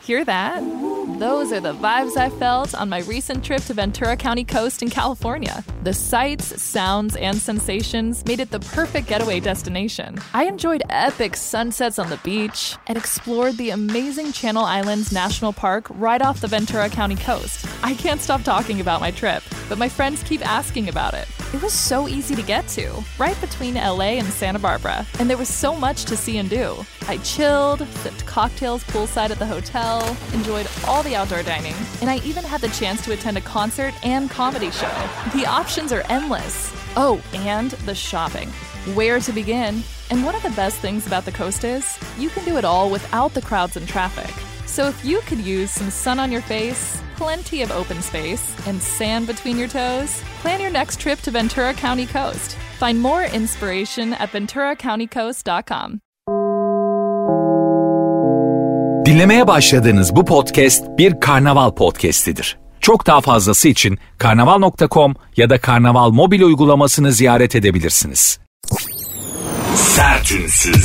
Hear that? Those are the vibes I felt on my recent trip to Ventura County Coast in California. The sights, sounds, and sensations made it the perfect getaway destination. I enjoyed epic sunsets on the beach and explored the amazing Channel Islands National Park right off the Ventura County coast. I can't stop talking about my trip, but my friends keep asking about it. It was so easy to get to, right between LA and Santa Barbara, and there was so much to see and do. I chilled, sipped cocktails poolside at the hotel, enjoyed all the outdoor dining, and I even had the chance to attend a concert and comedy show. The options are endless. Oh, and the shopping. Where to begin? And one of the best things about the coast is, you can do it all without the crowds and traffic. So if you could use some sun on your face, plenty of open space, and sand between your toes, plan your next trip to Ventura County Coast. Find more inspiration at venturacountycoast.com. Dinlemeye başladığınız bu podcast bir Karnaval podcastidir. Çok daha fazlası için karnaval.com ya da Karnaval mobil uygulamasını ziyaret edebilirsiniz. Sertünsüz.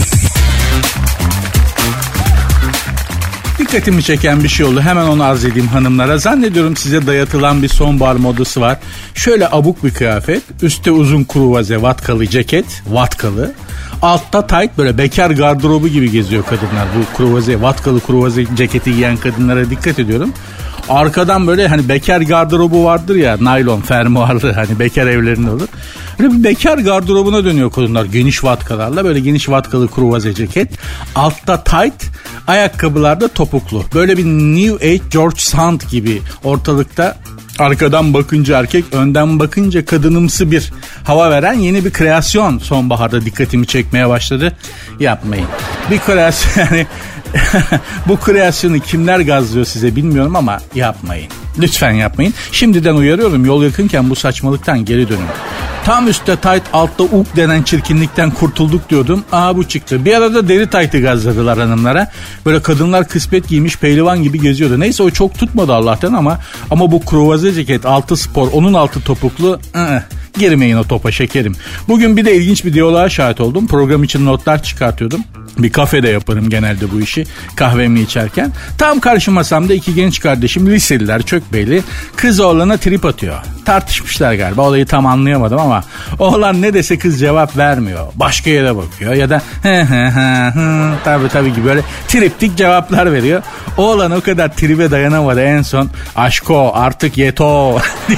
Dikkatimi çeken bir şey oldu. Hemen onu arz edeyim hanımlara. Zannediyorum size dayatılan bir sonbahar modası var. Şöyle abuk bir kıyafet. Üstte uzun kruvaze vatkalı ceket. Vatkalı. Altta tight, böyle bekar gardırobu gibi geziyor kadınlar. Bu kruvaze, vatkalı kruvaze ceketi giyen kadınlara dikkat ediyorum. Arkadan böyle hani bekar gardırobu vardır ya, naylon fermuarlı, hani bekar evlerinde olur. Böyle bir bekar gardırobuna dönüyor kadınlar geniş vatkalarla, böyle geniş vatkalı kruvaze ceket. Altta tight, ayakkabılarda topuklu. Böyle bir New Age George Sand gibi ortalıkta. Arkadan bakınca erkek, önden bakınca kadınımsı bir hava veren yeni bir kreasyon sonbaharda dikkatimi çekmeye başladı. Yapmayın. Bir kreasyon yani bu kreasyonu kimler gazlıyor size bilmiyorum ama yapmayın. Lütfen yapmayın. Şimdiden uyarıyorum, yol yakınken bu saçmalıktan geri dönün. Tam üstte tight, altta uk denen çirkinlikten kurtulduk diyordum. Aa bu çıktı. Bir arada deri tight'ı gazladılar hanımlara. Böyle kadınlar kısmet giymiş pehlivan gibi geziyordu. Neyse o çok tutmadı Allah'tan ama bu kruvaze ceket, altı spor, onun altı topuklu. Girmeyin o topa şekerim. Bugün bir de ilginç bir diyaloğa şahit oldum. Program için notlar çıkartıyordum. Bir kafede yaparım genelde bu işi, kahvemi içerken. Tam karşı masamda iki genç kardeşim, liseliler, çökbeyli, kız oğlana trip atıyor. Tartışmışlar galiba, olayı tam anlayamadım ama oğlan ne dese kız cevap vermiyor. Başka yere bakıyor ya da tabii gibi böyle triptik cevaplar veriyor. Oğlan o kadar tribe dayanamadı, en son aşko artık yeto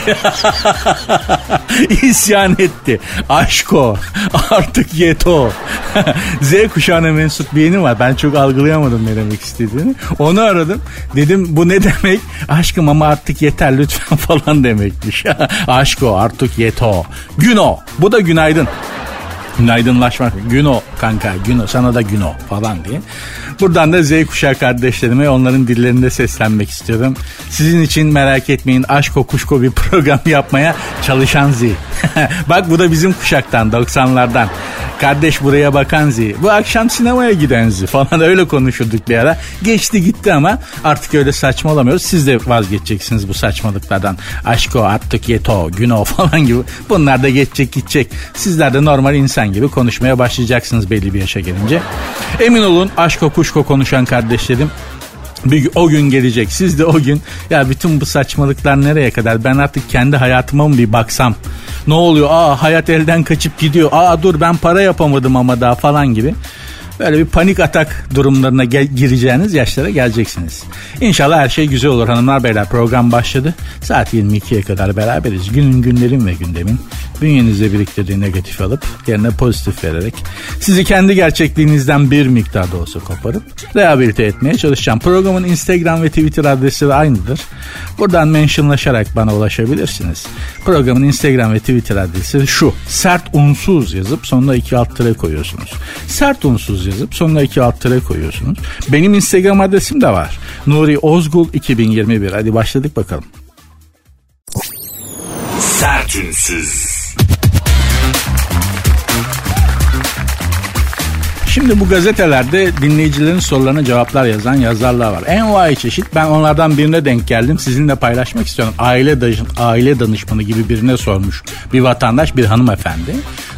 isyan etti. Aşko artık yeto. Z kuşağına mensup bir yeni var. Ben çok algılayamadım ne demek istediğini. Onu aradım. Dedim bu ne demek? Aşkım ama artık yeter lütfen falan demekmiş. Aşko artık yeto. Güno. Bu da günaydın. Günaydınlaşmak. Güno kanka, güno, sana da güno falan diye. Buradan da Z kuşağı kardeşlerime onların dillerinde seslenmek istiyorum. Sizin için merak etmeyin, aşko kuşko bir program yapmaya çalışan Z. Bak bu da bizim kuşaktan, 90'lardan. Kardeş buraya bakan Z. Bu akşam sinemaya giden Z falan, öyle konuşurduk bir ara. Geçti gitti ama artık öyle saçmalamıyoruz. Siz de vazgeçeceksiniz bu saçmalıklardan. Aşko artık yeto, güno falan gibi. Bunlar da geçecek gidecek. Sizler de normal insan gibi konuşmaya başlayacaksınız belli bir yaşa gelince. Emin olun aşko kuşko konuşan kardeşlerim, o gün gelecek. Siz de o gün ya bütün bu saçmalıklar nereye kadar, ben artık kendi hayatıma mı bir baksam, ne oluyor, hayat elden kaçıp gidiyor, dur ben para yapamadım ama daha falan gibi. Böyle bir panik atak durumlarına gireceğiniz yaşlara geleceksiniz. İnşallah her şey güzel olur hanımlar beyler. Program başladı. Saat 22'ye kadar beraberiz. Günün, günlerin ve gündemin bünyenizde biriktirdiği negatif alıp yerine pozitif vererek sizi kendi gerçekliğinizden bir miktar da olsa koparıp rehabilite etmeye çalışacağım. Programın Instagram ve Twitter adresi de aynıdır. Buradan mentionlaşarak bana ulaşabilirsiniz. Programın Instagram ve Twitter adresi şu: sert unsuz yazıp sonuna 2 alt tire koyuyorsunuz. Sert unsuz yazıp sonuna 2 alt tire koyuyorsunuz. Benim Instagram adresim de var. Nuri Ozgul 2021. Hadi başladık bakalım. Sertünsüz. Şimdi bu gazetelerde dinleyicilerin sorularına cevaplar yazan yazarlar var. Envai çeşit. Ben onlardan birine denk geldim. Sizinle paylaşmak istiyorum. Aile danışmanı gibi birine sormuş bir vatandaş, bir hanımefendi.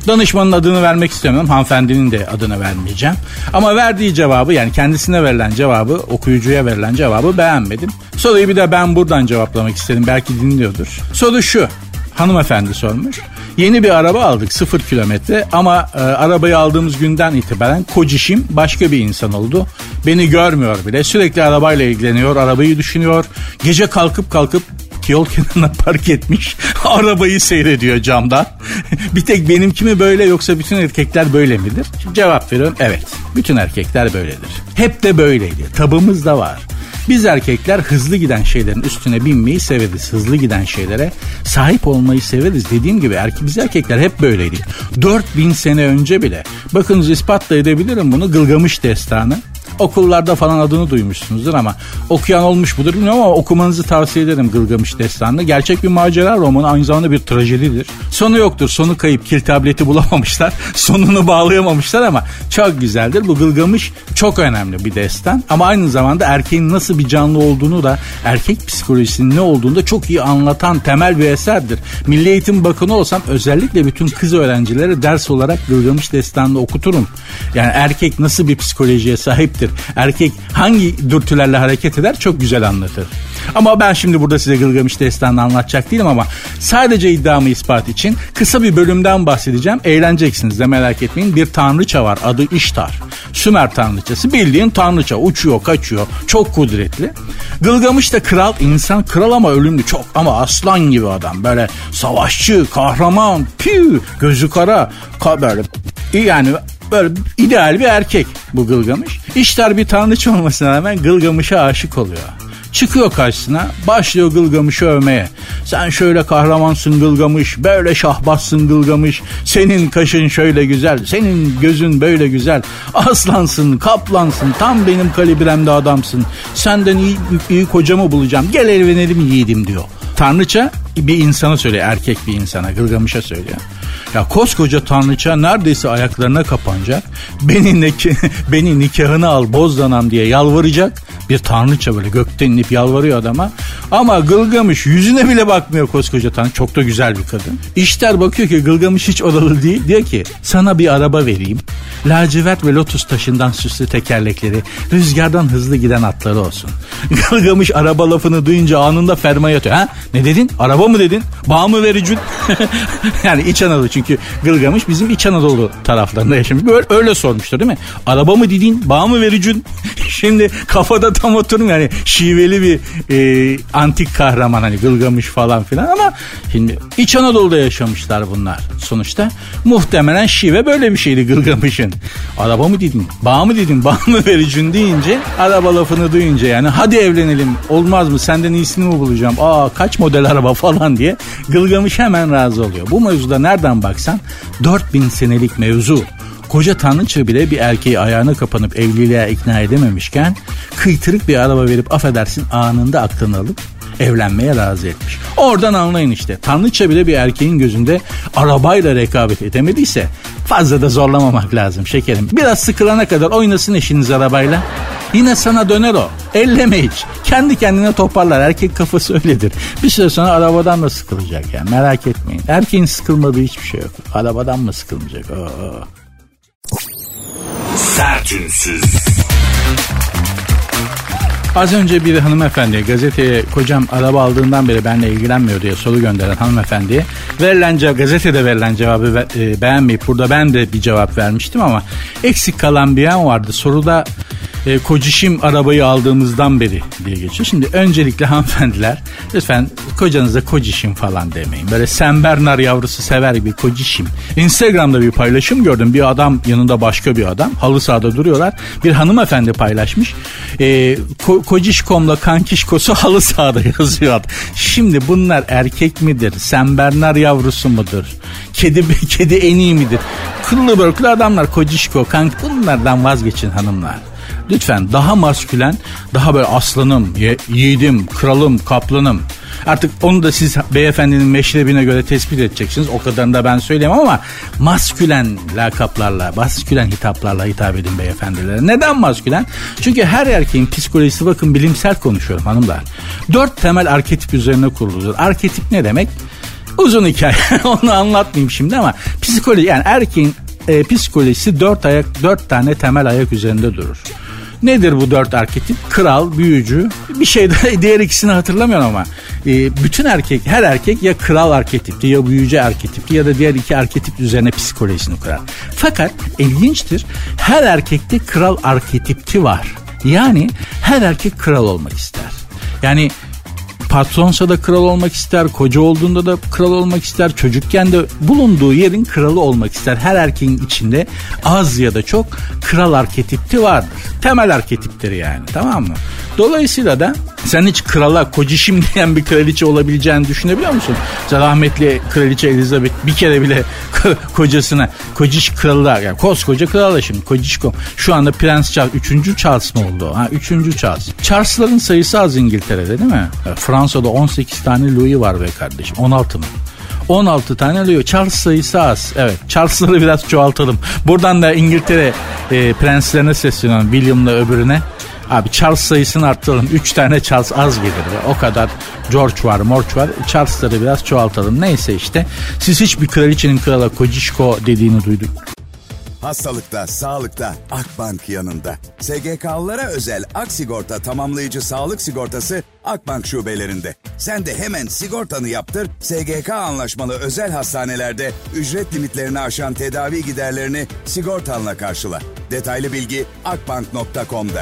Danışmanın adını vermek istemiyorum. Hanımefendinin de adını vermeyeceğim. Ama verdiği cevabı, yani kendisine verilen cevabı, okuyucuya verilen cevabı beğenmedim. Soruyu bir de ben buradan cevaplamak istedim. Belki dinliyordur. Soru şu. Hanımefendi sormuş. Yeni bir araba aldık, 0 kilometre, ama arabayı aldığımız günden itibaren kocişim başka bir insan oldu. Beni görmüyor bile. Sürekli arabayla ilgileniyor, arabayı düşünüyor. Gece kalkıp yol kenarına park etmiş arabayı seyrediyor camdan. Bir tek benimki mi böyle, yoksa bütün erkekler böyle midir? Şimdi cevap veriyorum, evet. Bütün erkekler böyledir. Hep de böyleydi. Tabımızda var. Biz erkekler hızlı giden şeylerin üstüne binmeyi severiz. Hızlı giden şeylere sahip olmayı severiz. Dediğim gibi biz erkekler hep böyleydik. 4000 sene önce bile. Bakınız, ispatla edebilirim bunu. Gılgamış Destanı. Okullarda falan adını duymuşsunuzdur ama okuyan olmuş mudur bilmiyorum, ama okumanızı tavsiye ederim Gılgamış Destanı'nı. Gerçek bir macera romanı, aynı zamanda bir trajedidir. Sonu yoktur, sonu kayıp, kil tableti bulamamışlar, sonunu bağlayamamışlar ama çok güzeldir. Bu Gılgamış çok önemli bir destan, ama aynı zamanda erkeğin nasıl bir canlı olduğunu da, erkek psikolojisinin ne olduğunu da çok iyi anlatan temel bir eserdir. Milli Eğitim Bakanı olsam özellikle bütün kız öğrencilere ders olarak Gılgamış Destanı'nı okuturum. Yani erkek nasıl bir psikolojiye sahiptir, erkek hangi dürtülerle hareket eder, çok güzel anlatır. Ama ben şimdi burada size Gılgamış Destanı'nı anlatacak değilim, ama sadece iddiamı ispat için kısa bir bölümden bahsedeceğim. Eğleneceksiniz de, merak etmeyin. Bir tanrıça var, adı İştar. Sümer tanrıçası, bildiğin tanrıça, uçuyor kaçıyor, çok kudretli. Gılgamış da kral, insan kral ama ölümlü, çok, ama aslan gibi adam, böyle savaşçı, kahraman, gözü kara, böyle yani böyle ideal bir erkek bu Gılgamış. İştar bir tanrıça olmasına rağmen Gılgamış'a aşık oluyor. Çıkıyor karşısına, başlıyor Gılgamış'ı övmeye. Sen şöyle kahramansın Gılgamış, böyle şahbassın Gılgamış, senin kaşın şöyle güzel, senin gözün böyle güzel, aslansın, kaplansın, tam benim kalibremde adamsın, senden iyi kocamı bulacağım, gel evlenelim yiğidim diyor. Tanrıça bir insana söylüyor, erkek bir insana, Gılgamış'a söylüyor. Ya koskoca tanrıça neredeyse ayaklarına kapanacak, beni nikahını al Bozdanam diye yalvaracak bir tanrıça, böyle gökten inip yalvarıyor adama. Ama Gılgamış yüzüne bile bakmıyor koskoca tanrıça, çok da güzel bir kadın. İştar bakıyor ki Gılgamış hiç odalı değil, diyor ki sana bir araba vereyim, lacivert ve lotus taşından süslü tekerlekleri, rüzgardan hızlı giden atları olsun. Gılgamış araba lafını duyunca anında fermaya atıyor. Ha? Ne dedin? Araba mı dedin? Bağ mı vericin? Yani İç Anadolu, çünkü Gılgamış bizim İç Anadolu taraflarında yaşamış. Böyle öyle sormuştur değil mi? Araba mı dedin? Bağ mı vericin? Şimdi kafada tam oturmuyor, yani şiveli bir antik kahraman, hani Gılgamış falan filan, ama şimdi İç Anadolu'da yaşamışlar bunlar sonuçta. Muhtemelen şive böyle bir şeydi Gılgamış'ın. Araba mı dedin? Bağ mı dedin? Bağ mı vericin deyince, araba lafını duyunca, yani hadi evlenelim, olmaz mı, senden iyisini mi bulacağım, kaç model araba falan diye Gılgamış hemen razı oluyor. Bu mevzuda nereden baksan 4000 senelik mevzu. Koca tanrıça bile bir erkeği ayağına kapanıp evliliğe ikna edememişken kıytırık bir araba verip affedersin anında aklını alıp evlenmeye razı etmiş. Oradan anlayın işte, tanrıça bile bir erkeğin gözünde arabayla rekabet edemediyse fazla da zorlamamak lazım şekerim. Biraz sıkılana kadar oynasın eşiniz arabayla. Yine sana döner o. Elleme hiç. Kendi kendine toparlar. Erkek kafası öyledir. Bir süre sonra arabadan da sıkılacak yani. Merak etmeyin. Erkeğin sıkılmadığı hiçbir şey yok. Arabadan mı sıkılmayacak? Sertünsüz. Az önce bir hanımefendiye, gazeteye kocam araba aldığından beri benimle ilgilenmiyor diye soru gönderen hanımefendiye gazetede verilen cevabı beğenmeyip burada ben de bir cevap vermiştim, ama eksik kalan bir yan vardı. Soruda kocişim arabayı aldığımızdan beri diye geçiyor. Şimdi öncelikle hanımefendiler, lütfen kocanıza kocişim falan demeyin. Böyle Senbernar yavrusu sever gibi kocişim. Instagram'da bir paylaşım gördüm. Bir adam yanında başka bir adam. Halı sahada duruyorlar. Bir hanımefendi paylaşmış. Kocişkom'la kankişkosu halı sahada yazıyor. Şimdi bunlar erkek midir? Senbernar yavrusu mudur? Kedi en iyi midir? Kıllı börklü adamlar, kocişko, bunlardan vazgeçin hanımlar. Lütfen daha maskülen, daha böyle aslanım, yiğidim, kralım, kaplanım. Artık onu da siz beyefendinin meşrebine göre tespit edeceksiniz. O kadarını da ben söyleyemem, ama maskülen lakaplarla, maskülen hitaplarla hitap edin beyefendilere. Neden maskülen? Çünkü her erkeğin psikolojisi, bakın bilimsel konuşuyorum hanımlar, 4 temel arketip üzerine kuruludur. Arketip ne demek? Uzun hikaye. Onu anlatmayayım şimdi ama psikoloji, yani erkeğin psikolojisi 4 tane temel ayak üzerinde durur. Nedir bu 4 arketip? Kral, büyücü, bir şey de diğer ikisini hatırlamıyorum ama bütün her erkek ya kral arketipti ya büyücü arketipti ya da diğer 2 arketip üzerine psikolojisini kurar. Fakat ilginçtir, her erkekte kral arketipti var. Yani her erkek kral olmak ister. Yani patronsa da kral olmak ister, koca olduğunda da kral olmak ister, çocukken de bulunduğu yerin kralı olmak ister. Her erkeğin içinde az ya da çok kral arketipti vardır. Temel arketiptir yani, tamam mı? Dolayısıyla da sen hiç krala kocişim diyen bir kraliçe olabileceğini düşünebiliyor musun? Rahmetli kraliçe Elizabeth bir kere bile kocasına kociş krallar, yani koskoca krala şimdi kocişko. Şu anda Prens Charles 3. Charles mı oldu? 3. Charles. Charles'ların sayısı az İngiltere'de değil mi? Fransa'da 18 tane Louis var be kardeşim. 16 mı? 16 tane Louis. Charles sayısı az. Evet. Charles'ları biraz çoğaltalım. Buradan da İngiltere prenslerine sesleniyorum. William'la öbürüne. Abi Charles sayısını arttıralım. 3 tane Charles az gelir. O kadar George var, Morch var. Charles'ları biraz çoğaltalım. Neyse işte. Siz hiçbir kraliçenin krala kocişko dediğini duyduk. Hastalıkta, sağlıkta Akbank yanında. SGK'lılara özel Aksigorta tamamlayıcı sağlık sigortası Akbank şubelerinde. Sen de hemen sigortanı yaptır, SGK anlaşmalı özel hastanelerde ücret limitlerini aşan tedavi giderlerini sigortanla karşıla. Detaylı bilgi akbank.com'da.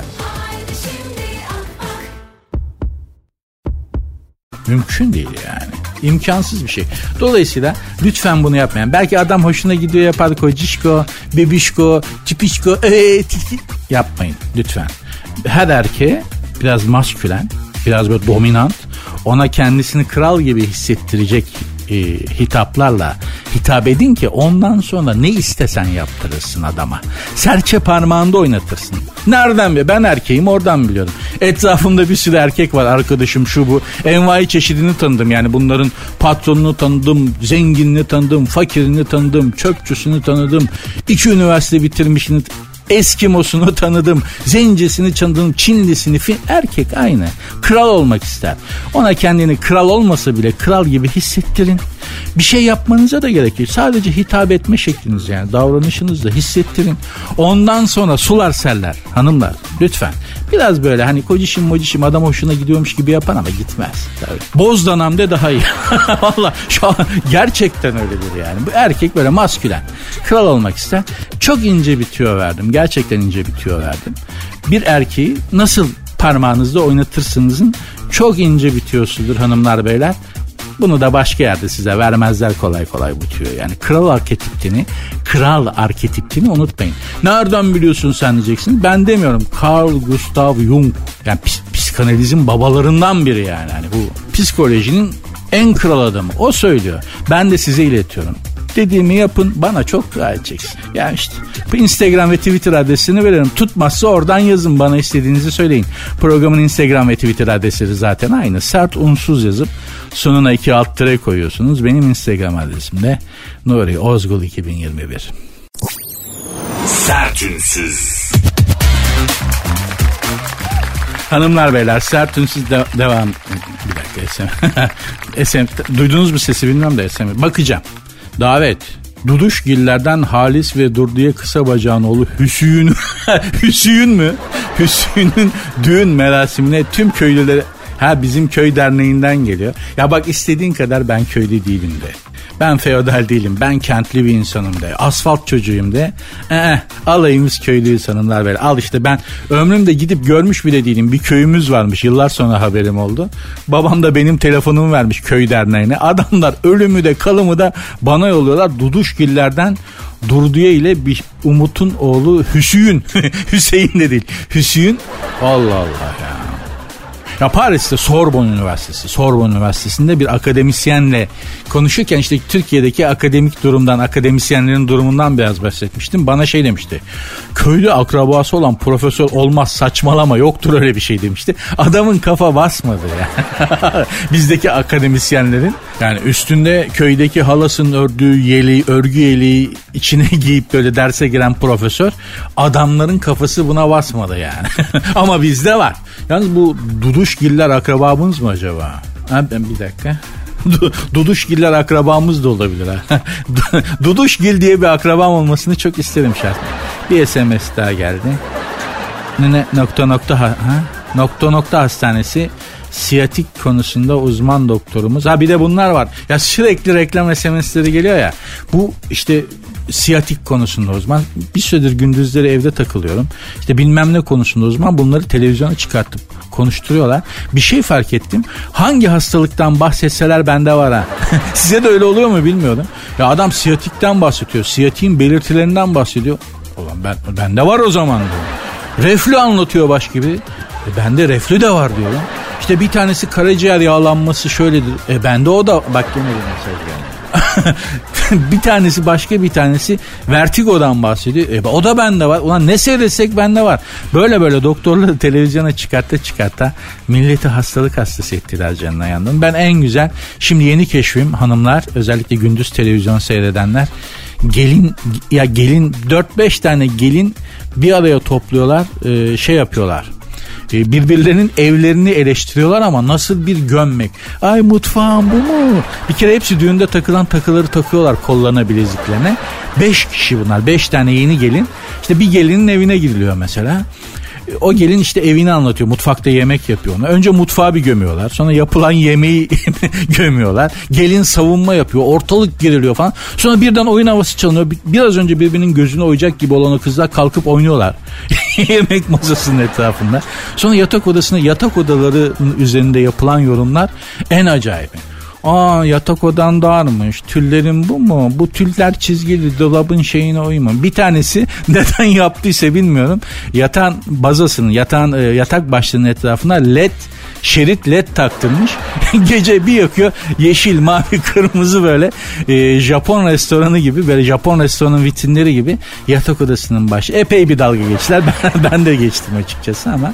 Mümkün değil yani. İmkansız bir şey. Dolayısıyla lütfen bunu yapmayın. Belki adam hoşuna gidiyor, yapar kocişko, bebişko, tipişko, yapmayın lütfen. Her erkeğe biraz maskülen, biraz böyle dominant, ona kendisini kral gibi hissettirecek hitaplarla hitap edin ki ondan sonra ne istesen yaptırırsın adama. Serçe parmağında oynatırsın. Nereden biliyor? Ben erkeğim, oradan biliyorum. Etrafımda bir sürü erkek var, arkadaşım şu bu. Envai çeşidini tanıdım yani, bunların patronunu tanıdım, zenginini tanıdım, fakirini tanıdım, çöpçüsünü tanıdım, 2 üniversite bitirmişini, Eskimosunu tanıdım, Zencisini tanıdım, Çinlisini, erkek aynı. Kral olmak ister. Ona kendini kral olmasa bile kral gibi hissettirin. Bir şey yapmanıza da gerek yok. Sadece hitap etme şekliniz, yani davranışınızla hissettirin. Ondan sonra sular seller hanımlar, lütfen. Biraz böyle hani kocişim adam hoşuna gidiyormuş gibi yapan ama gitmez. Tabii. Bozdanam de daha iyi. Vallahi şu an gerçekten öyledir yani. Bu erkek böyle maskülen. Kral olmak ister. Çok ince bir tüyo verdim. Gerçekten ince bir tüyo verdim. Bir erkeği nasıl parmağınızda oynatırsınızın çok ince bir tüyosudur hanımlar beyler. Bunu da başka yerde size vermezler kolay kolay bu tüyo. Yani kral arketipini unutmayın. Nereden biliyorsun sen diyeceksin. Ben demiyorum. Carl Gustav Jung. Yani psikanalizin babalarından biri yani. Yani bu psikolojinin en kral adamı. O söylüyor. Ben de size iletiyorum. Dediğimi yapın, bana çok dua edeceksin. Yani işte Instagram ve Twitter adresini veririm. Tutmazsa oradan yazın, bana istediğinizi söyleyin. Programın Instagram ve Twitter adresleri zaten aynı. Sert unsuz yazıp sonuna 2 alt tire koyuyorsunuz. Benim Instagram adresim de Nuri Ozgul 2021. Sert unsuz. Hanımlar beyler, sert unsuz devam. Bir dakika SM. Duydunuz mu sesi bilmiyorum da SM. Bakacağım. Davet. Duduşgillerden Halis ve Durdu'ya kısa bacağın oğlu Hüsüyün. Hüsüyün mü? Hüsüyün'ün düğün merasimine tüm köylülere, bizim köy derneğinden geliyor. Ya bak, istediğin kadar ben köylü değilim de. Ben feodal değilim. Ben kentli bir insanım de. Asfalt çocuğuyum de. Alayımız köylüyüz hanımlar böyle. Al işte, ben ömrümde gidip görmüş bile değilim. Bir köyümüz varmış. Yıllar sonra haberim oldu. Babam da benim telefonumu vermiş köy derneğine. Adamlar ölümü de kalımı da bana yolluyorlar. Duduşgillerden Durduya ile bir Umut'un oğlu Hüsüyün. Hüseyin de değil. Hüsüyün. Allah Allah ya. Ya Paris'te Sorbonne Üniversitesi'nde bir akademisyenle konuşurken işte Türkiye'deki akademik durumdan, akademisyenlerin durumundan biraz bahsetmiştim. Bana şey demişti. Köylü akrabası olan profesör olmaz, saçmalama, yoktur öyle bir şey demişti. Adamın kafa basmadı ya. Bizdeki akademisyenlerin, yani üstünde köydeki halasının ördüğü örgü yeleği içine giyip böyle derse giren profesör, adamların kafası buna basmadı yani. Ama bizde var. Yalnız bu Duduşgiller akrabamız mı acaba? Bir dakika. Duduşgiller akrabamız da olabilir ha. Duduşgil diye bir akrabam olmasını çok isterim şahsen. Bir SMS daha geldi. Nokta hastanesi siyatik konusunda uzman doktorumuz. Ha bir de bunlar var. Ya sürekli reklam SMS'leri geliyor ya. Bu işte siyatik konusunda uzman. Bir süredir gündüzleri evde takılıyorum. İşte bilmem ne konusunda uzman. Bunları televizyona çıkartıp konuşturuyorlar. Bir şey fark ettim. Hangi hastalıktan bahsetseler bende var ha. Size de öyle oluyor mu bilmiyorum. Ya adam siyatikten bahsediyor. Siyatiğin belirtilerinden bahsediyor. Ulan bende var o zaman diyor. Reflü anlatıyor baş gibi. Bende reflü de var diyor. İşte bir tanesi karaciğer yağlanması şöyledir. Bende o da bak yine bir mesaj geldi. bir tanesi vertigodan bahsediyor. O da bende var. Ulan ne seyretsek bende var. Böyle doktorları televizyona çıkarta milleti hastalık hastası ettiler canına yandım. Ben en güzel şimdi yeni keşfim hanımlar, özellikle gündüz televizyon seyredenler, gelin 4-5 tane gelin bir araya topluyorlar, şey yapıyorlar. Birbirlerinin evlerini eleştiriyorlar ama nasıl bir gömmek. Ay mutfağım bu mu? Bir kere hepsi düğünde takılan takıları takıyorlar kollarına, bileziklerine. 5 kişi bunlar. 5 tane yeni gelin. İşte bir gelinin evine gidiliyor mesela. O gelin işte evini anlatıyor. Mutfakta yemek yapıyor ona. Önce mutfağı bir gömüyorlar. Sonra yapılan yemeği gömüyorlar. Gelin savunma yapıyor. Ortalık geriliyor falan. Sonra birden oyun havası çalınıyor. Biraz önce birbirinin gözüne oyacak gibi olan o kızlar kalkıp oynuyorlar. Yemek masasının etrafında. Sonra yatak odalarının üzerinde yapılan yorumlar en acayibi. Yatak odan darmış. Tüllerin bu mu? Bu tüller çizgili, dolabın şeyine uyma. Bir tanesi neden yaptıysa bilmiyorum. Yatağın bazasının, yatak başlığının etrafına şerit led taktırmış. Gece bir yakıyor, yeşil, mavi, kırmızı böyle Japon restoranı gibi, böyle Japon restoranın vitrinleri gibi yatak odasının başı. Epey bir dalga geçtiler. Ben de geçtim açıkçası ama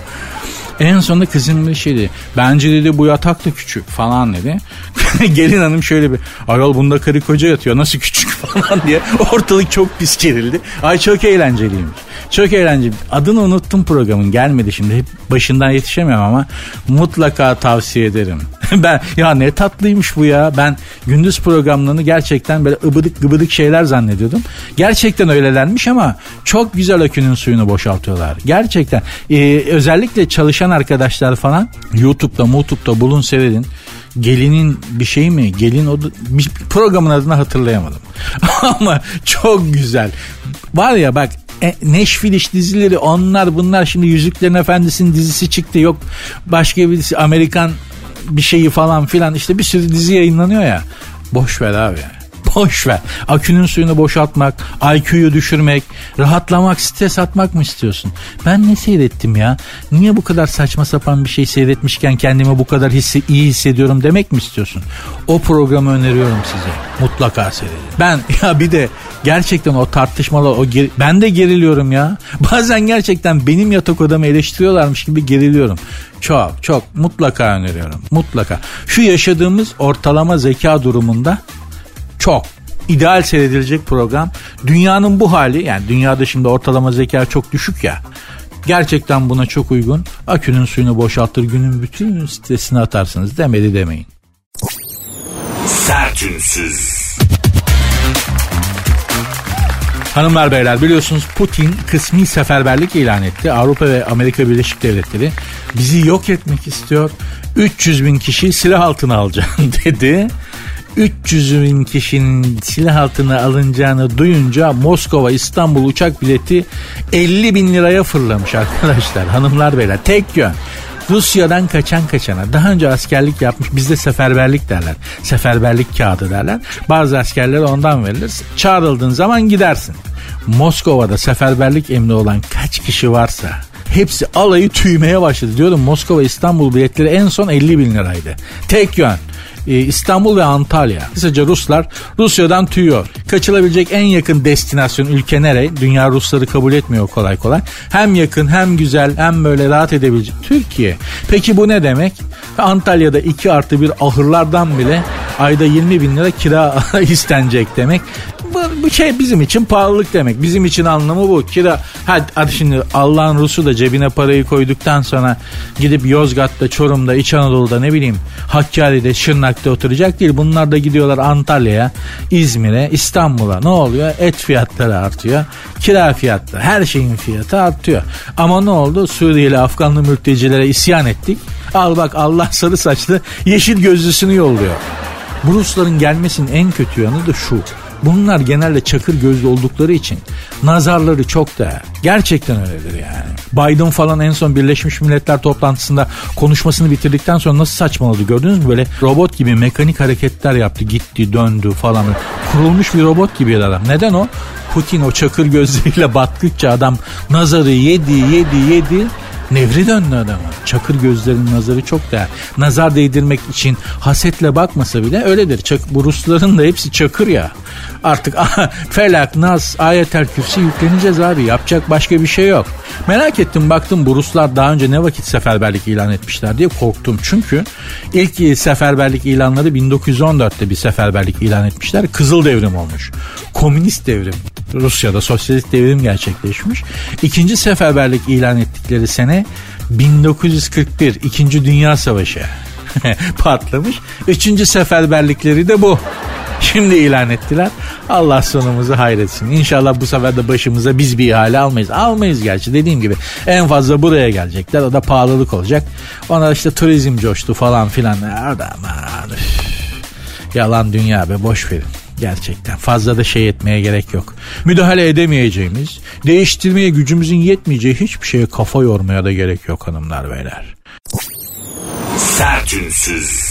en sonunda kızım bir şey dedi. Bence dedi bu yatak da küçük falan dedi. Gelin hanım şöyle bir, ayol bunda karı koca yatıyor nasıl küçük falan diye. Ortalık çok pis gerildi. Ay çok eğlenceliymiş. Çok eğlenceli. Adını unuttum programın, gelmedi şimdi. Hep başından yetişemiyorum ama mutlaka tavsiye ederim. Ben ya ne tatlıymış bu ya. Ben gündüz programlarını gerçekten böyle ıbıdık şeyler zannediyordum. Gerçekten öylelermiş ama çok güzel akünün suyunu boşaltıyorlar. Gerçekten. Özellikle çalışan arkadaşlar falan YouTube'da bulun seyredin. Gelinin bir şey mi? Programın adını hatırlayamadım. Ama çok güzel. Var ya bak, Nashville iş dizileri, onlar bunlar, şimdi Yüzüklerin Efendisi'nin dizisi çıktı, yok başka bir dizi, Amerikan bir şeyi falan filan, işte bir sürü dizi yayınlanıyor ya. Boş ver abi. Boş ver. Akünün suyunu boşaltmak, IQ'yu düşürmek, rahatlamak, stres atmak mı istiyorsun? Ben ne seyrettim ya? Niye bu kadar saçma sapan bir şey seyretmişken kendimi bu kadar iyi hissediyorum demek mi istiyorsun? O programı öneriyorum size. Mutlaka seyredin. Ben ya bir de gerçekten o tartışmalar, ben de geriliyorum ya. Bazen gerçekten benim yatak odamı eleştiriyorlarmış gibi geriliyorum. Çok mutlaka öneriyorum. Mutlaka. Şu yaşadığımız ortalama zeka durumunda çok ideal seyredilecek program. Dünyanın bu hali, yani dünyada şimdi ortalama zeka çok düşük ya. Gerçekten buna çok uygun. Akünün suyunu boşaltır, günün bütün stresini atarsınız. Demedi demeyin. Sertünsüz. Hanımlar beyler, biliyorsunuz Putin kısmi seferberlik ilan etti. Avrupa ve Amerika Birleşik Devletleri bizi yok etmek istiyor. 300 bin kişi silah altına alacağım dedi. 300 bin kişinin silah altına alınacağını duyunca Moskova İstanbul uçak bileti 50 bin liraya fırlamış arkadaşlar. Hanımlar beyler, tek yön. Rusya'dan kaçana. Daha önce askerlik yapmış, bizde seferberlik derler. Seferberlik kağıdı derler. Bazı askerlere ondan verilir. Çağrıldığın zaman gidersin. Moskova'da seferberlik emri olan kaç kişi varsa hepsi alayı tüymeye başladı. Diyorum, Moskova İstanbul biletleri en son 50 bin liraydı. Tek yön. İstanbul ve Antalya. Kısaca Ruslar Rusya'dan tüyüyor. Kaçılabilecek en yakın destinasyon ülke nereye? Dünya Rusları kabul etmiyor kolay kolay. Hem yakın, hem güzel, hem böyle rahat edebilecek Türkiye. Peki bu ne demek? Antalya'da 2+1 ahırlardan bile ayda 20 bin lira kira istenecek demek. bu şey bizim için pahalılık demek. Bizim için anlamı bu. Kira, hadi şimdi Allah'ın Rusu da cebine parayı koyduktan sonra gidip Yozgat'ta, Çorum'da, İç Anadolu'da ne bileyim Hakkari'de, Şırnak'ta oturacak değil. Bunlar da gidiyorlar Antalya'ya, İzmir'e, İstanbul'a. Ne oluyor? Et fiyatları artıyor. Kira fiyatları, her şeyin fiyatı artıyor. Ama ne oldu? Suriyeli, Afganlı mültecilere isyan ettik. Al bak, Allah sarı saçlı yeşil gözlüsünü yolluyor. Bu Rusların gelmesinin en kötü yanı da şu. Bunlar genelde çakır gözlü oldukları için nazarları çok değer. Gerçekten öyledir yani. Biden falan en son Birleşmiş Milletler toplantısında konuşmasını bitirdikten sonra nasıl saçmaladı gördünüz mü? Böyle robot gibi mekanik hareketler yaptı, gitti, döndü falan. Kurulmuş bir robot gibiydi adam. Neden o? Putin o çakır gözleriyle baktıkça adam nazarı yedi. Nevri döndü adama. Çakır gözlerinin nazarı çok değer. Nazar değdirmek için hasetle bakmasa bile öyledir. Bu Rusların da hepsi çakır ya. Artık Felak, Nas, Ayetel Kürsi yükleneceğiz abi. Yapacak başka bir şey yok. Merak ettim, baktım bu Ruslar daha önce ne vakit seferberlik ilan etmişler diye korktum. Çünkü ilk seferberlik ilanları 1914'te bir seferberlik ilan etmişler. Kızıl Devrim olmuş. Komünist devrim. Rusya'da sosyalist devrim gerçekleşmiş. İkinci seferberlik ilan ettikleri sene 1941, İkinci Dünya Savaşı patlamış. Üçüncü seferberlikleri de bu. Şimdi ilan ettiler. Allah sonumuzu hayretsin. İnşallah bu sefer de başımıza biz bir ihale almayız. Almayız gerçi, dediğim gibi. En fazla buraya gelecekler. O da pahalılık olacak. Ona işte turizm coştu falan filan. Yalan dünya be, boş verin. Gerçekten fazla da şey etmeye gerek yok. Müdahale edemeyeceğimiz, değiştirmeye gücümüzün yetmeyeceği hiçbir şeye kafa yormaya da gerek yok hanımlar beyler. Sertünsüz.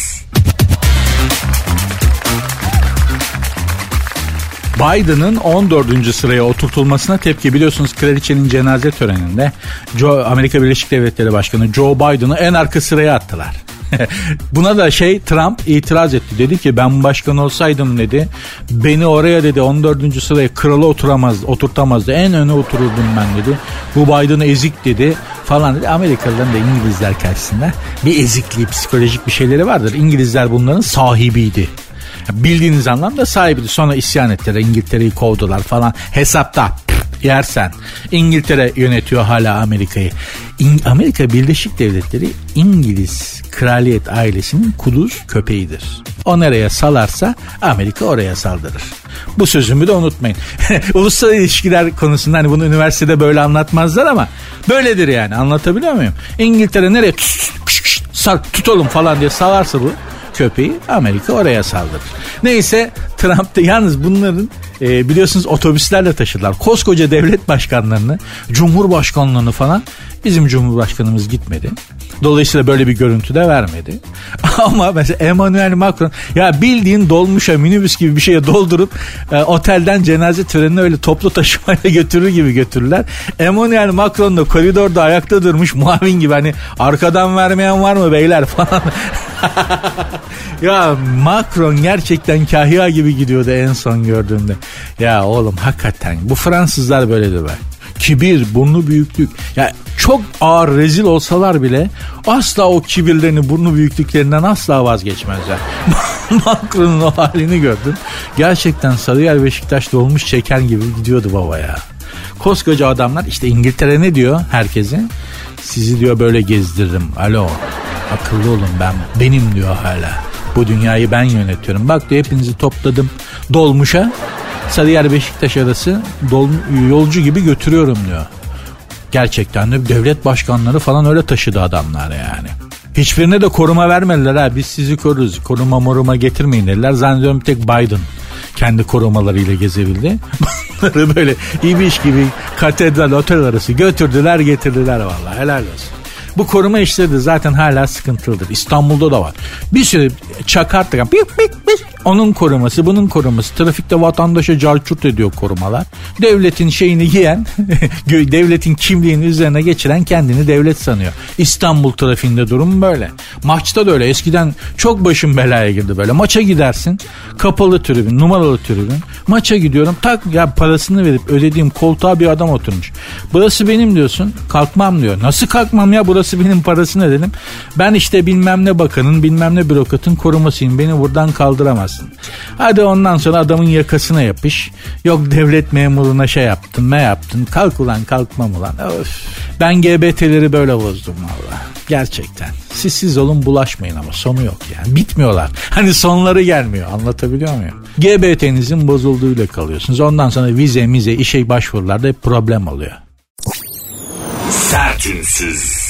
Biden'ın 14. sıraya oturtulmasına tepki, biliyorsunuz kraliçenin cenaze töreninde Amerika Birleşik Devletleri Başkanı Joe Biden'ı en arka sıraya attılar. Buna da Trump itiraz etti. Dedi ki ben başkan olsaydım dedi, beni oraya dedi 14. sıraya kralı oturtamazdı. En öne otururdum ben dedi. Bu Biden'ı ezik dedi falan dedi. Amerikalıların da İngilizler karşısında bir ezikliği, psikolojik bir şeyleri vardır. İngilizler bunların sahibiydi. Bildiğiniz anlamda sahibiydi. Sonra isyan ettiler. İngiltere'yi kovdular falan. Hesapta yersen. İngiltere yönetiyor hala Amerika'yı. Amerika Birleşik Devletleri İngiliz kraliyet ailesinin kuduz köpeğidir. O nereye salarsa Amerika oraya saldırır. Bu sözümü de unutmayın. Uluslararası ilişkiler konusunda hani bunu üniversitede böyle anlatmazlar ama böyledir yani, anlatabiliyor muyum? İngiltere nereye tutalım falan diye salarsa bu köpeği, Amerika oraya saldırır. Neyse, Trump da yalnız bunların biliyorsunuz otobüslerle taşıdılar. Koskoca devlet başkanlarını, cumhurbaşkanlarını falan. Bizim cumhurbaşkanımız gitmedi. Dolayısıyla böyle bir görüntü de vermedi. Ama mesela Emmanuel Macron ya bildiğin dolmuşa, minibüs gibi bir şeye doldurup otelden cenaze törenine öyle toplu taşımayla götürür gibi götürürler. Emmanuel Macron da koridorda ayakta durmuş muavin gibi, hani arkadan vermeyen var mı beyler falan. Ya Macron gerçekten kahya gibi gidiyordu en son gördüğümde. Ya oğlum hakikaten bu Fransızlar böyledir be. Kibir, burnu büyüklük. Ya çok ağır rezil olsalar bile asla o kibirlerini, burnu büyüklüklerinden asla vazgeçmezler. Macron'un o halini gördüm. Gerçekten Sarıyer Beşiktaş dolmuş çeken gibi gidiyordu baba ya. Koskoca adamlar, işte İngiltere ne diyor herkese? Sizi diyor böyle gezdiririm. Alo, akıllı olun, benim diyor hala. Bu dünyayı ben yönetiyorum. Bak diyor, hepinizi topladım dolmuşa. Sarıyer Beşiktaş arası yolcu gibi götürüyorum diyor. Gerçekten de devlet başkanları falan öyle taşıdı adamlar yani. Hiçbirine de koruma vermediler ha, biz sizi koruruz, koruma getirmeyin dediler. Zannediyorum tek Biden kendi korumalarıyla gezebildi. Bunları böyle ibiş gibi katedral otel arası götürdüler getirdiler, vallahi helal olsun. Bu koruma işleri de zaten hala sıkıntılıdır. İstanbul'da da var. Bir sürü çakarttık. Onun koruması, bunun koruması. Trafikte vatandaşa carçurt ediyor korumalar. Devletin şeyini yiyen, devletin kimliğini üzerine geçiren kendini devlet sanıyor. İstanbul trafiğinde durum böyle. Maçta da öyle. Eskiden çok başım belaya girdi böyle. Maça gidersin. Kapalı tribün, numaralı tribün. Maça gidiyorum. Tak ya, parasını verip ödediğim koltuğa bir adam oturmuş. Burası benim diyorsun. Kalkmam diyor. Nasıl kalkmam ya? Burası benim, parasını ödedim. Ben işte bilmem ne bakanın, bilmem ne bürokratın korumasıyım. Beni buradan kaldıramaz. olmasın. Hadi ondan sonra adamın yakasına yapış. Yok devlet memuruna şey yaptın, ne yaptın? Kalk ulan, kalkmam ulan. Öf. Ben GBT'leri böyle bozdum valla. Gerçekten. Siz olun, bulaşmayın ama sonu yok yani. Bitmiyorlar. Hani sonları gelmiyor. Anlatabiliyor muyum? GBT'nizin bozulduğuyla kalıyorsunuz. Ondan sonra vize, işe başvurularda hep problem oluyor. Sertünsüz.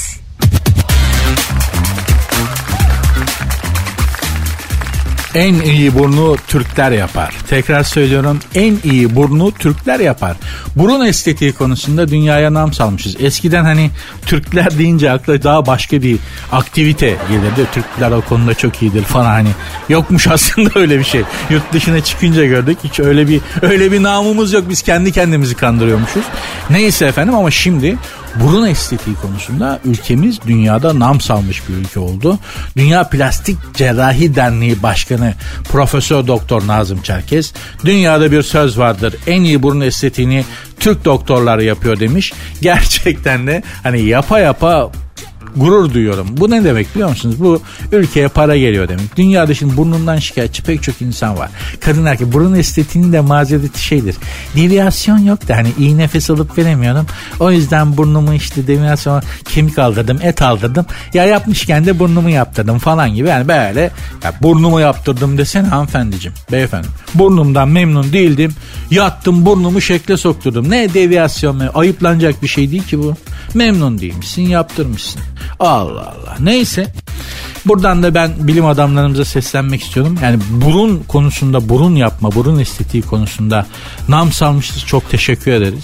En iyi burnu Türkler yapar. Tekrar söylüyorum, en iyi burnu Türkler yapar. Burun estetiği konusunda dünyaya nam salmışız. Eskiden hani Türkler deyince akla daha başka bir aktivite gelirdi. Türkler o konuda çok iyidir falan, hani yokmuş aslında öyle bir şey. Yurt dışına çıkınca gördük, hiç öyle bir namımız yok. Biz kendi kendimizi kandırıyormuşuz. Neyse efendim, ama şimdi burun estetiği konusunda ülkemiz dünyada nam salmış bir ülke oldu. Dünya Plastik Cerrahi Derneği Başkanı Profesör Doktor Nazım Çerkez, dünyada bir söz vardır, en iyi burun estetiğini Türk doktorlar yapıyor demiş. Gerçekten de hani yapa gurur duyuyorum. Bu ne demek biliyor musunuz? Bu ülkeye para geliyor demek. Dünyada şimdi burnundan şikayetçi pek çok insan var. Kadın erkek burun estetiğinin de mazereti şeydir. Deviyasyon yok da hani iyi nefes alıp veremiyorum. O yüzden burnumu işte deviyasyon, kemik aldırdım, et aldırdım. Ya yapmışken de burnumu yaptırdım falan gibi. Yani böyle ya burnumu yaptırdım desene hanımefendiciğim, beyefendi. Burnumdan memnun değildim. Yattım, burnumu şekle sokturdum. Ne deviyasyon mu? Ayıplanacak bir şey değil ki bu. Memnun değilmişsin, yaptırmışsın. Allah Allah. Neyse. Buradan da ben bilim adamlarımıza seslenmek istiyorum. Yani burun konusunda, burun yapma, burun estetiği konusunda nam salmışız. Çok teşekkür ederiz.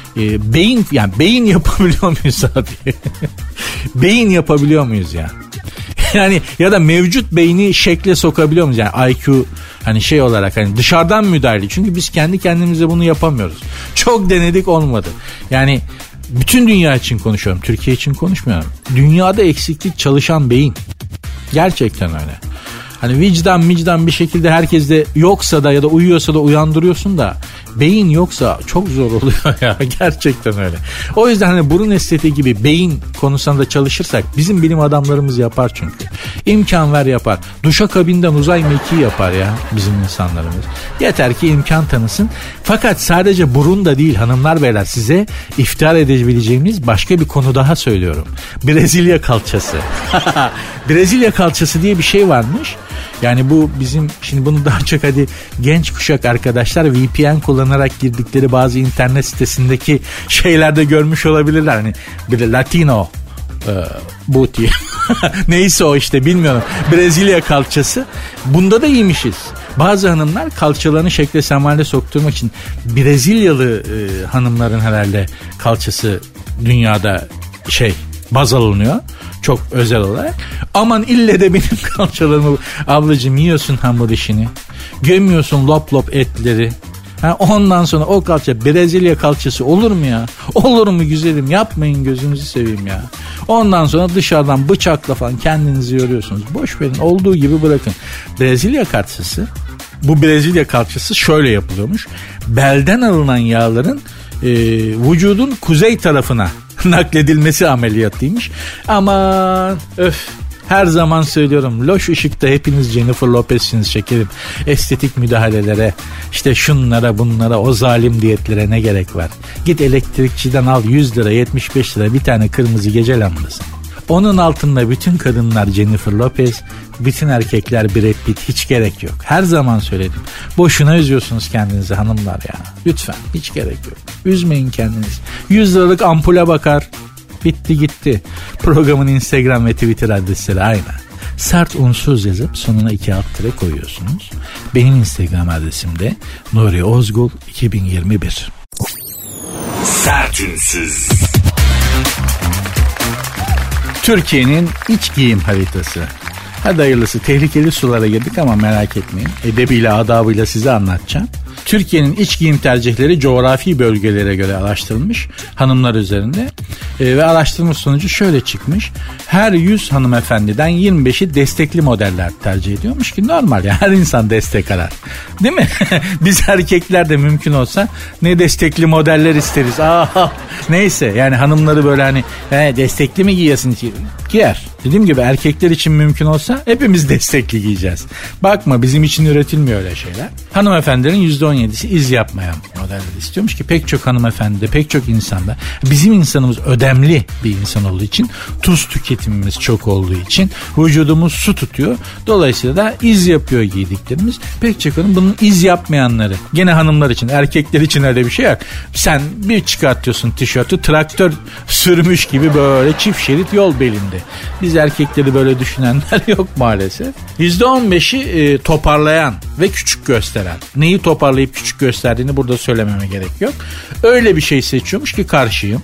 Beyin yapabiliyor muyuz abi? Beyin yapabiliyor muyuz ya? Yani ya da mevcut beyni şekle sokabiliyor muyuz? Yani IQ hani şey olarak hani dışarıdan müdahale. Çünkü biz kendi kendimize bunu yapamıyoruz. Çok denedik, olmadı. Yani bütün dünya için konuşuyorum. Türkiye için konuşmuyorum. Dünyada eksiklik çalışan beyin. Gerçekten öyle. Hani vicdan bir şekilde herkeste yoksa da ya da uyuyorsa da uyandırıyorsun da beyin yoksa çok zor oluyor ya. Gerçekten öyle. O yüzden hani burun estetiği gibi beyin konusunda çalışırsak bizim bilim adamlarımız yapar çünkü. İmkan ver yapar. Duşakabinden uzay mekiği yapar ya bizim insanlarımız. Yeter ki imkan tanısın. Fakat sadece burun da değil hanımlar beyler, size iftihar edebileceğimiz başka bir konu daha söylüyorum. Brezilya kalçası. Brezilya kalçası diye bir şey varmış. Yani bu bizim şimdi bunu daha çok hadi genç kuşak arkadaşlar VPN kullanarak girdikleri bazı internet sitesindeki şeylerde görmüş olabilirler. Hani bir Latino booty neyse o işte, bilmiyorum. Brezilya kalçası. Bunda da iyiymişiz. Bazı hanımlar kalçalarını şekle semale sokturmak için Brezilyalı hanımların herhalde kalçası dünyada baz alınıyor. Çok özel olarak. Aman ille de benim kalçalarımı, ablacığım yiyorsun hamur işini. Gömüyorsun lop etleri. Ondan sonra o kalça Brezilya kalçası olur mu ya? Olur mu güzelim? Yapmayın, gözünüzü seveyim ya. Ondan sonra dışarıdan bıçakla falan kendinizi yoruyorsunuz. Boş verin, olduğu gibi bırakın. Brezilya kalçası, bu Brezilya kalçası şöyle yapılıyormuş. Belden alınan yağların vücudun kuzey tarafına nakledilmesi ameliyatıymış. Aman her zaman söylüyorum, loş ışıkta hepiniz Jennifer Lopez'siniz şekerim. Estetik müdahalelere, işte şunlara bunlara, o zalim diyetlere ne gerek var? Git elektrikçiden al 100 lira 75 lira bir tane kırmızı gece lambası. Onun altında bütün kadınlar Jennifer Lopez, bütün erkekler Brad Pitt, hiç gerek yok. Her zaman söyledim. Boşuna üzüyorsunuz kendinizi hanımlar ya. Lütfen, hiç gerek yok. Üzmeyin kendinizi. 100 liralık ampule bakar. Bitti gitti. Programın Instagram ve Twitter adresleri aynı. Sert unsuz yazıp sonuna 2 alt tire koyuyorsunuz. Benim Instagram adresim de Nuri Ozgul 2021. Sert unsuz. Türkiye'nin iç giyim haritası. Hadi hayırlısı, tehlikeli sulara girdik ama merak etmeyin. Edebiyle adabıyla size anlatacağım. Türkiye'nin iç giyim tercihleri coğrafi bölgelere göre araştırılmış hanımlar üzerinde. Ve araştırma sonucu şöyle çıkmış. Her 100 hanımefendiden 25'i destekli modeller tercih ediyormuş ki normal ya, her insan destek arar. Değil mi? Biz erkekler de mümkün olsa ne destekli modeller isteriz. Neyse yani hanımları böyle hani destekli mi giyesin? Giyer. Dediğim gibi erkekler için mümkün olsa hepimiz destekli giyeceğiz. Bakma bizim için üretilmiyor öyle şeyler. Hanımefendilerin %17'si iz yapmayan modeller istiyormuş ki pek çok hanımefendi de pek çok insanda. Bizim insanımız ödemli bir insan olduğu için, tuz tüketimimiz çok olduğu için vücudumuz su tutuyor. Dolayısıyla da iz yapıyor giydiklerimiz. Pek çok hanım bunun iz yapmayanları. Gene hanımlar için, erkekler için öyle bir şey yok. Sen bir çıkartıyorsun tişörtü, traktör sürmüş gibi böyle çift şerit yol belinde. Biz erkekleri böyle düşünenler yok maalesef. %15'i toparlayan ve küçük gösteren. Neyi toparlayıp küçük gösterdiğini burada söylememe gerek yok. Öyle bir şey seçiyormuş ki karşıyım.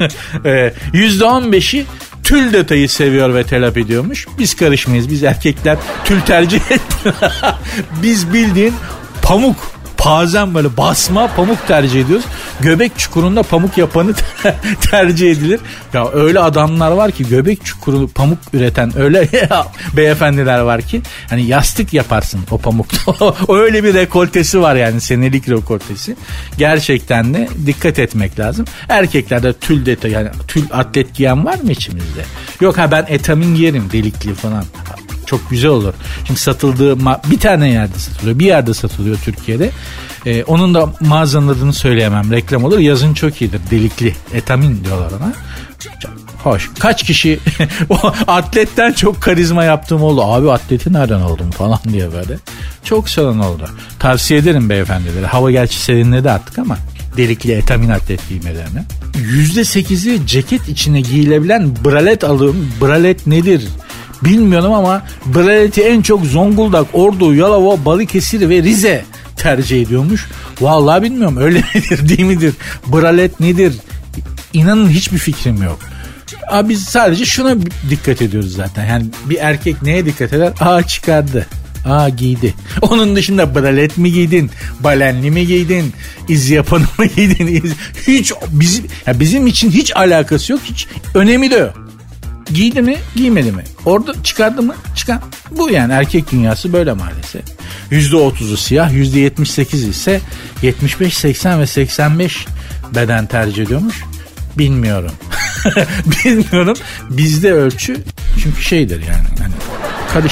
%15'i tül detayı seviyor ve telap ediyormuş. Biz karışmayız. Biz erkekler tül tercih etmiyoruz. Biz bildiğin pamuk, bazen böyle basma pamuk tercih ediyoruz. Göbek çukurunda pamuk yapanı tercih edilir. Ya öyle adamlar var ki göbek çukuru pamuk üreten öyle beyefendiler var ki hani yastık yaparsın o pamukta. Öyle bir rekoltesi var yani, senelik rekoltesi. Gerçekten de dikkat etmek lazım. Erkeklerde tül detay, yani tül atlet giyen var mı içimizde? Yok ben etamin giyerim delikli falan. Çok güzel olur. Şimdi satıldığı bir tane yerde satılıyor. Bir yerde satılıyor Türkiye'de. Onun da mağazanın adını söyleyemem. Reklam olur. Yazın çok iyidir. Delikli. Etamin diyorlar ona. Hoş. Kaç kişi o atletten çok karizma yaptığım oldu. Abi atleti nereden oldum falan diye böyle. Çok sorun oldu. Tavsiye ederim beyefendilere. Hava gerçi serinledi artık ama delikli etamin atlet giymelerini. %8'i ceket içine giyilebilen bralet alım. Bralet nedir? Bilmiyorum ama braleti en çok Zonguldak, Ordu, Yalova, Balıkesir ve Rize tercih ediyormuş. Vallahi bilmiyorum öyle midir değil midir? Bralet nedir? İnanın hiçbir fikrim yok. Biz sadece şuna dikkat ediyoruz zaten. Yani bir erkek neye dikkat eder? Çıkardı. Giydi. Onun dışında bralet mi giydin? Balenli mi giydin? İz yapanı mı giydin? Hiç bizim için hiç alakası yok. Hiç önemi de yok. Giydi mi, giymedi mi? Orada çıkardı mı? Çıkar. Bu yani erkek dünyası böyle maalesef. %30'u siyah, %78 ise 75, 80 ve 85 beden tercih ediyormuş. Bilmiyorum. Bilmiyorum. Bizde ölçü çünkü şeydir yani karış.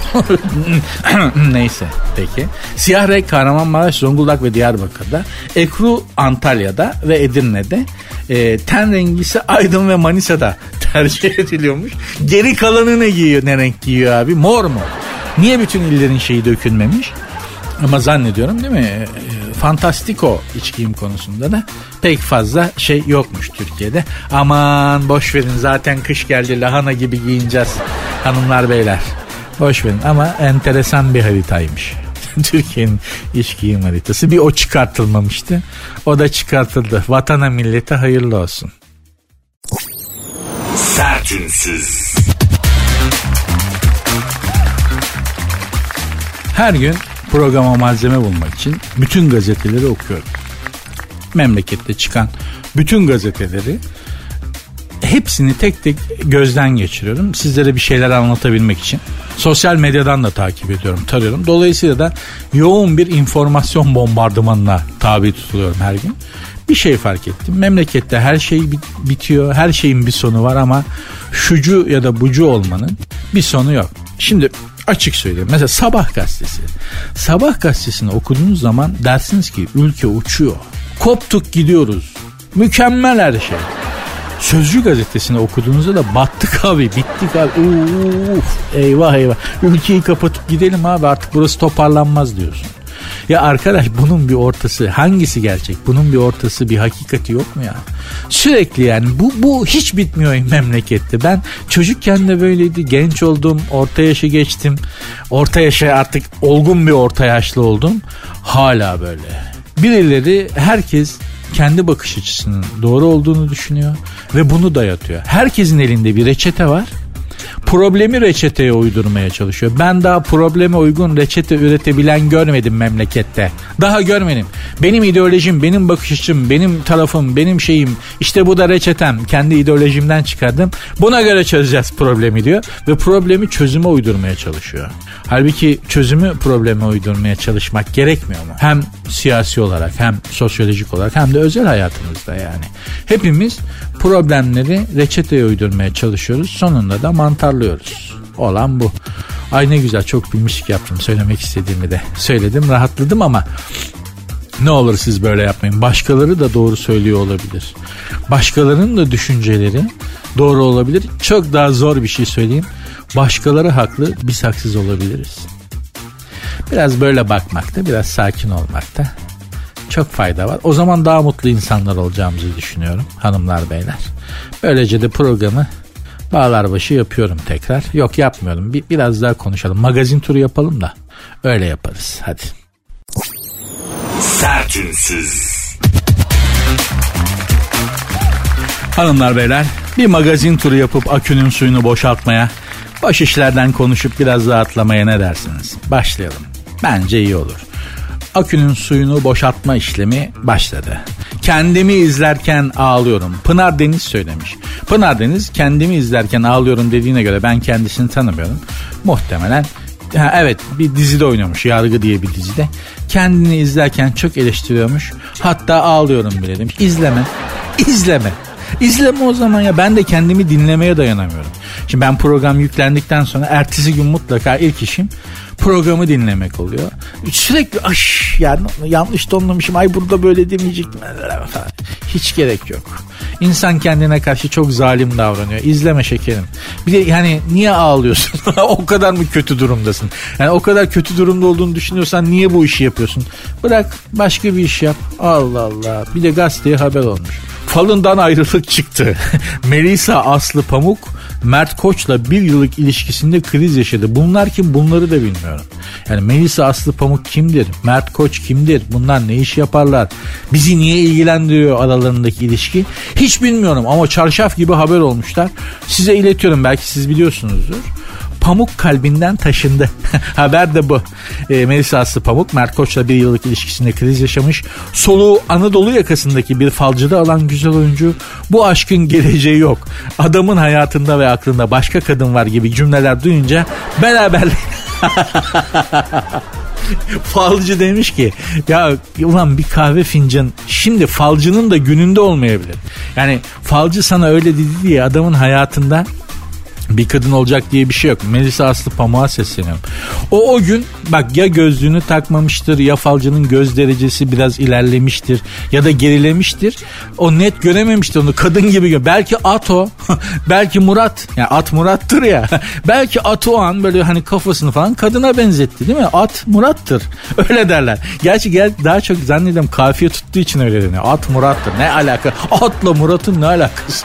Neyse peki. Siyah renk Kahramanmaraş, Zonguldak ve Diyarbakır'da, ekru Antalya'da ve Edirne'de, ten rengi ise Aydın ve Manisa'da tercih ediliyormuş. Geri kalanı ne giyiyor? Ne renk giyiyor abi? Mor mu? Niye bütün illerin şeyi dökülmemiş? Ama zannediyorum değil mi? Fantastiko iç giyim konusunda da pek fazla şey yokmuş Türkiye'de. Aman boş verin, zaten kış geldi, lahana gibi giyineceğiz hanımlar beyler. Boş verin ama enteresan bir haritaymış. Türkiye'nin iç giyim haritası. Bir o çıkartılmamıştı. O da çıkartıldı. Vatana millete hayırlı olsun. Sertünsüz. Her gün programa malzeme bulmak için bütün gazeteleri okuyorum. Memlekette çıkan bütün gazeteleri, hepsini tek tek gözden geçiriyorum. Sizlere bir şeyler anlatabilmek için. Sosyal medyadan da takip ediyorum, tarıyorum. Dolayısıyla da yoğun bir informasyon bombardımanına tabi tutuluyorum her gün. Bir şey fark ettim. Memlekette her şey bitiyor. Her şeyin bir sonu var ama şucu ya da bucu olmanın bir sonu yok. Şimdi açık söyleyeyim. Mesela Sabah gazetesi. Sabah gazetesini okuduğunuz zaman dersiniz ki ülke uçuyor. Koptuk gidiyoruz. Mükemmel her şey. Sözcü gazetesini okuduğunuzda da battık abi, bittik abi. Eyvah eyvah. Ülkeyi kapatıp gidelim abi, artık burası toparlanmaz diyorsun. Ya arkadaş, bunun bir ortası, hangisi gerçek? Bunun bir ortası, bir hakikati yok mu ya? Sürekli yani bu hiç bitmiyor memlekette. Ben çocukken de böyleydi. Genç oldum, orta yaşı geçtim. Orta yaşa artık olgun bir orta yaşlı oldum. Hala böyle. Birileri, herkes kendi bakış açısının doğru olduğunu düşünüyor ve bunu dayatıyor. Herkesin elinde bir reçete var. Problemi reçeteye uydurmaya çalışıyor. Ben daha probleme uygun reçete üretebilen görmedim memlekette. Daha görmedim. Benim ideolojim, benim bakış açım, benim tarafım, benim şeyim. İşte bu da reçetem. Kendi ideolojimden çıkardım. Buna göre çözeceğiz problemi diyor. Ve problemi çözüme uydurmaya çalışıyor. Halbuki çözümü probleme uydurmaya çalışmak gerekmiyor mu? Hem siyasi olarak hem sosyolojik olarak hem de özel hayatımızda yani. Hepimiz problemleri reçeteye uydurmaya çalışıyoruz. Sonunda da mantarlıyoruz. Olan bu. Ay ne güzel, çok bilmişlik yaptım. Söylemek istediğimi de söyledim, rahatladım ama ne olur siz böyle yapmayın. Başkaları da doğru söylüyor olabilir. Başkalarının da düşünceleri doğru olabilir. Çok daha zor bir şey söyleyeyim. Başkaları haklı, biz haksız olabiliriz. Biraz böyle bakmakta, biraz sakin olmakta çok fayda var. O zaman daha mutlu insanlar olacağımızı düşünüyorum hanımlar beyler. Böylece de programı bağlarbaşı yapıyorum tekrar. Yok, yapmıyorum. Biraz daha konuşalım. Magazin turu yapalım da öyle yaparız. Hadi. Sertünsüz. Hanımlar beyler, bir magazin turu yapıp akünün suyunu boşaltmaya, boş işlerden konuşup biraz rahatlamaya ne dersiniz? Başlayalım. Bence iyi olur. Akünün suyunu boşaltma işlemi başladı. Kendimi izlerken ağlıyorum. Pınar Deniz söylemiş. Pınar Deniz kendimi izlerken ağlıyorum dediğine göre ben kendisini tanımıyorum. Muhtemelen evet, bir dizide oynamış, Yargı diye bir dizide. Kendini izlerken çok eleştiriyormuş. Hatta ağlıyorum bile demiş. İzleme o zaman ya. Ben de kendimi dinlemeye dayanamıyorum. Şimdi ben program yüklendikten sonra ertesi gün mutlaka ilk işim programı dinlemek oluyor. Sürekli yani yanlış tonlamışım, ay burada böyle demeyecektim falan. Hiç gerek yok. İnsan kendine karşı çok zalim davranıyor. İzleme şekerim. Bir de yani niye ağlıyorsun? O kadar mı kötü durumdasın? Yani o kadar kötü durumda olduğunu düşünüyorsan niye bu işi yapıyorsun? Bırak başka bir iş yap. Allah Allah. Bir de gazeteye haber olmuş. Falından ayrılık çıktı. Melisa Aslı Pamuk Mert Koç'la bir yıllık ilişkisinde kriz yaşadı. Bunlar kim? Bunları da bilmiyorum. Yani Melisa Aslı Pamuk kimdir? Mert Koç kimdir? Bunlar ne iş yaparlar? Bizi niye ilgilendiriyor aralarındaki ilişki? Hiç bilmiyorum ama çarşaf gibi haber olmuşlar. Size iletiyorum, belki siz biliyorsunuzdur. Pamuk kalbinden taşındı. Haber de bu. Melisa Aslı Pamuk Mert Koç'la bir yıllık ilişkisinde kriz yaşamış. Soluğu Anadolu yakasındaki bir falcıda alan güzel oyuncu, bu aşkın geleceği yok, adamın hayatında ve aklında başka kadın var gibi cümleler duyunca beraber falcı demiş ki ya ulan bir kahve fincanı, şimdi falcının da gününde olmayabilir. Yani falcı sana öyle dedi diye adamın hayatında bir kadın olacak diye bir şey yok. Melisa Aslı Pamuk'a sesleniyorum. O gün bak, ya gözlüğünü takmamıştır, ya falcının göz derecesi biraz ilerlemiştir ya da gerilemiştir. O net görememiştir onu, kadın gibi görüyor. Belki at o. Belki Murat. Yani at Murat'tır ya. Belki at o an böyle hani kafasını falan kadına benzetti değil mi? At Murat'tır. Öyle derler. Gerçi daha çok zannediyorum kafiye tuttuğu için öyle deniyor. At Murat'tır. Ne alaka? Atla Murat'ın ne alakası?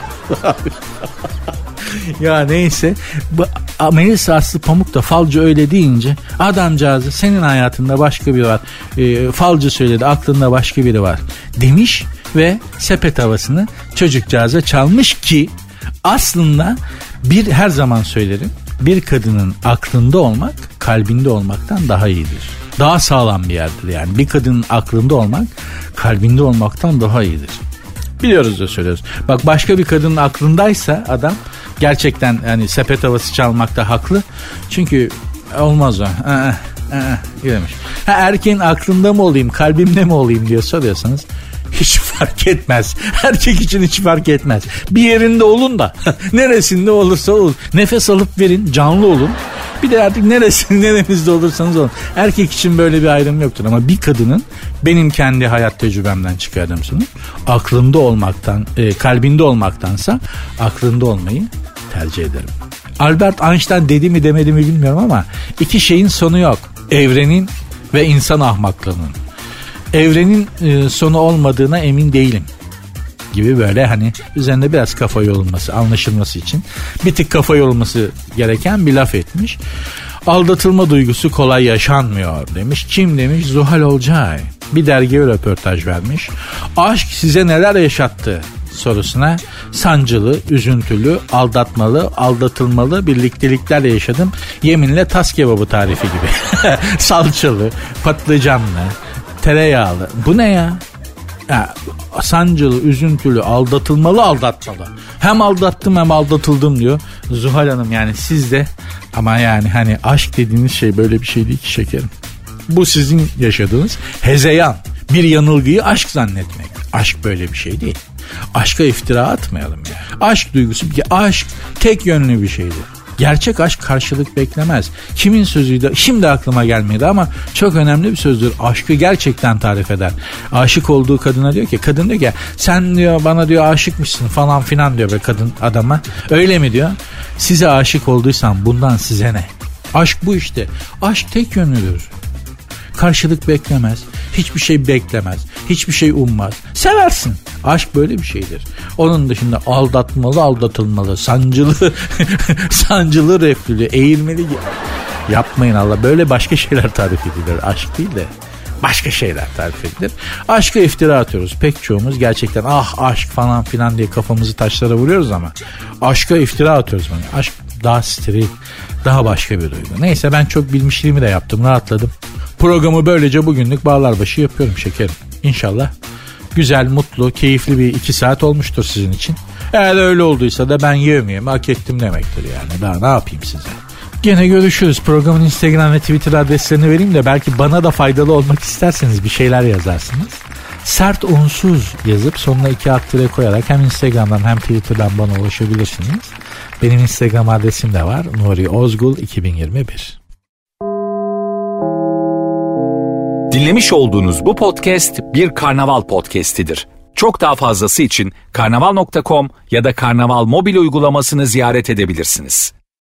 Ya neyse, Melisa Aslı Pamuk da falcı öyle deyince adamcağızı senin hayatında başka biri var, falcı söyledi aklında başka biri var demiş ve sepet havasını çocukcağıza çalmış ki aslında her zaman söylerim, bir kadının aklında olmak kalbinde olmaktan daha iyidir. Daha sağlam bir yerdir yani. Bir kadının aklında olmak kalbinde olmaktan daha iyidir. Biliyoruz da söylüyoruz. Bak, başka bir kadının aklındaysa adam gerçekten yani sepet havası çalmakta haklı. Çünkü olmaz o. Demiş. Erkeğin aklında mı olayım, kalbimde mi olayım diye soruyorsanız hiç fark etmez. Erkek için hiç fark etmez. Bir yerinde olun da neresinde olursa olun. Nefes alıp verin, canlı olun. Bir de artık neremizde olursanız olun. Erkek için böyle bir ayrım yoktur ama bir kadının, benim kendi hayat tecrübemden çıkardığım sonuç, aklında olmaktan, kalbinde olmaktansa aklında olmayı tercih ederim. Albert Einstein dedi mi demedi mi bilmiyorum ama iki şeyin sonu yok. Evrenin ve insan ahmaklığının. Evrenin sonu olmadığına emin değilim gibi, böyle hani üzerinde biraz kafa yorulması, anlaşılması için bir tık kafa yorulması gereken bir laf etmiş. Aldatılma duygusu kolay yaşanmıyor demiş. Kim demiş? Zuhal Olcay. Bir dergiye röportaj vermiş. Aşk size neler yaşattı sorusuna sancılı, üzüntülü, aldatmalı, aldatılmalı birlikteliklerle yaşadım. Yeminle tas kebabı tarifi gibi. Salçalı, patlıcanlı, tereyağlı. Bu ne ya? Ya, sancılı, üzüntülü, aldatılmalı, aldatmalı. Hem aldattım hem aldatıldım diyor Zuhal Hanım. Yani siz de, ama yani hani aşk dediğiniz şey böyle bir şey değil ki şekerim. Bu sizin yaşadığınız hezeyan. bir yanılgıyı aşk zannetmek. Aşk böyle bir şey değil. Aşka iftira atmayalım ya. Aşk duygusu, aşk tek yönlü bir şeydir. Gerçek aşk karşılık beklemez. Kimin sözüydü? Şimdi aklıma gelmedi ama çok önemli bir sözdür. Aşkı gerçekten tarif eder. Aşık olduğu kadına diyor ki, kadın diyor ki sen diyor bana diyor aşıkmışsın falan filan diyor be kadın adama. Öyle mi diyor? Size aşık olduysam bundan size ne? Aşk bu işte. Aşk tek yönlüdür. Karşılık beklemez. Hiçbir şey beklemez. Hiçbir şey ummaz. Seversin. Aşk böyle bir şeydir. Onun dışında aldatmalı, aldatılmalı, sancılı, reflülü, eğilmeli. Yapmayın Allah. Böyle başka şeyler tarif edilir. Aşk değil de başka şeyler tarif edilir. Aşka iftira atıyoruz. Pek çoğumuz gerçekten aşk falan filan diye kafamızı taşlara vuruyoruz ama aşka iftira atıyoruz. Aşk daha steril, daha başka bir duygu. Neyse ben çok bilmişliğimi de yaptım, rahatladım. Programı böylece bugünlük bağlarbaşı yapıyorum şekerim. İnşallah güzel, mutlu, keyifli bir 2 saat olmuştur sizin için. Eğer öyle olduysa da ben yevmiyemi hak ettim demektir yani. Daha ne yapayım size? Gene görüşürüz. Programın Instagram ve Twitter adreslerini vereyim de belki bana da faydalı olmak isterseniz bir şeyler yazarsınız. Sert unsuz yazıp sonuna 2 alt tire koyarak hem Instagram'dan hem Twitter'dan bana ulaşabilirsiniz. Benim Instagram adresim de var. Nuri Ozgul 2021. Dinlemiş olduğunuz bu podcast bir Karnaval podcastidir. Çok daha fazlası için karnaval.com ya da Karnaval mobil uygulamasını ziyaret edebilirsiniz.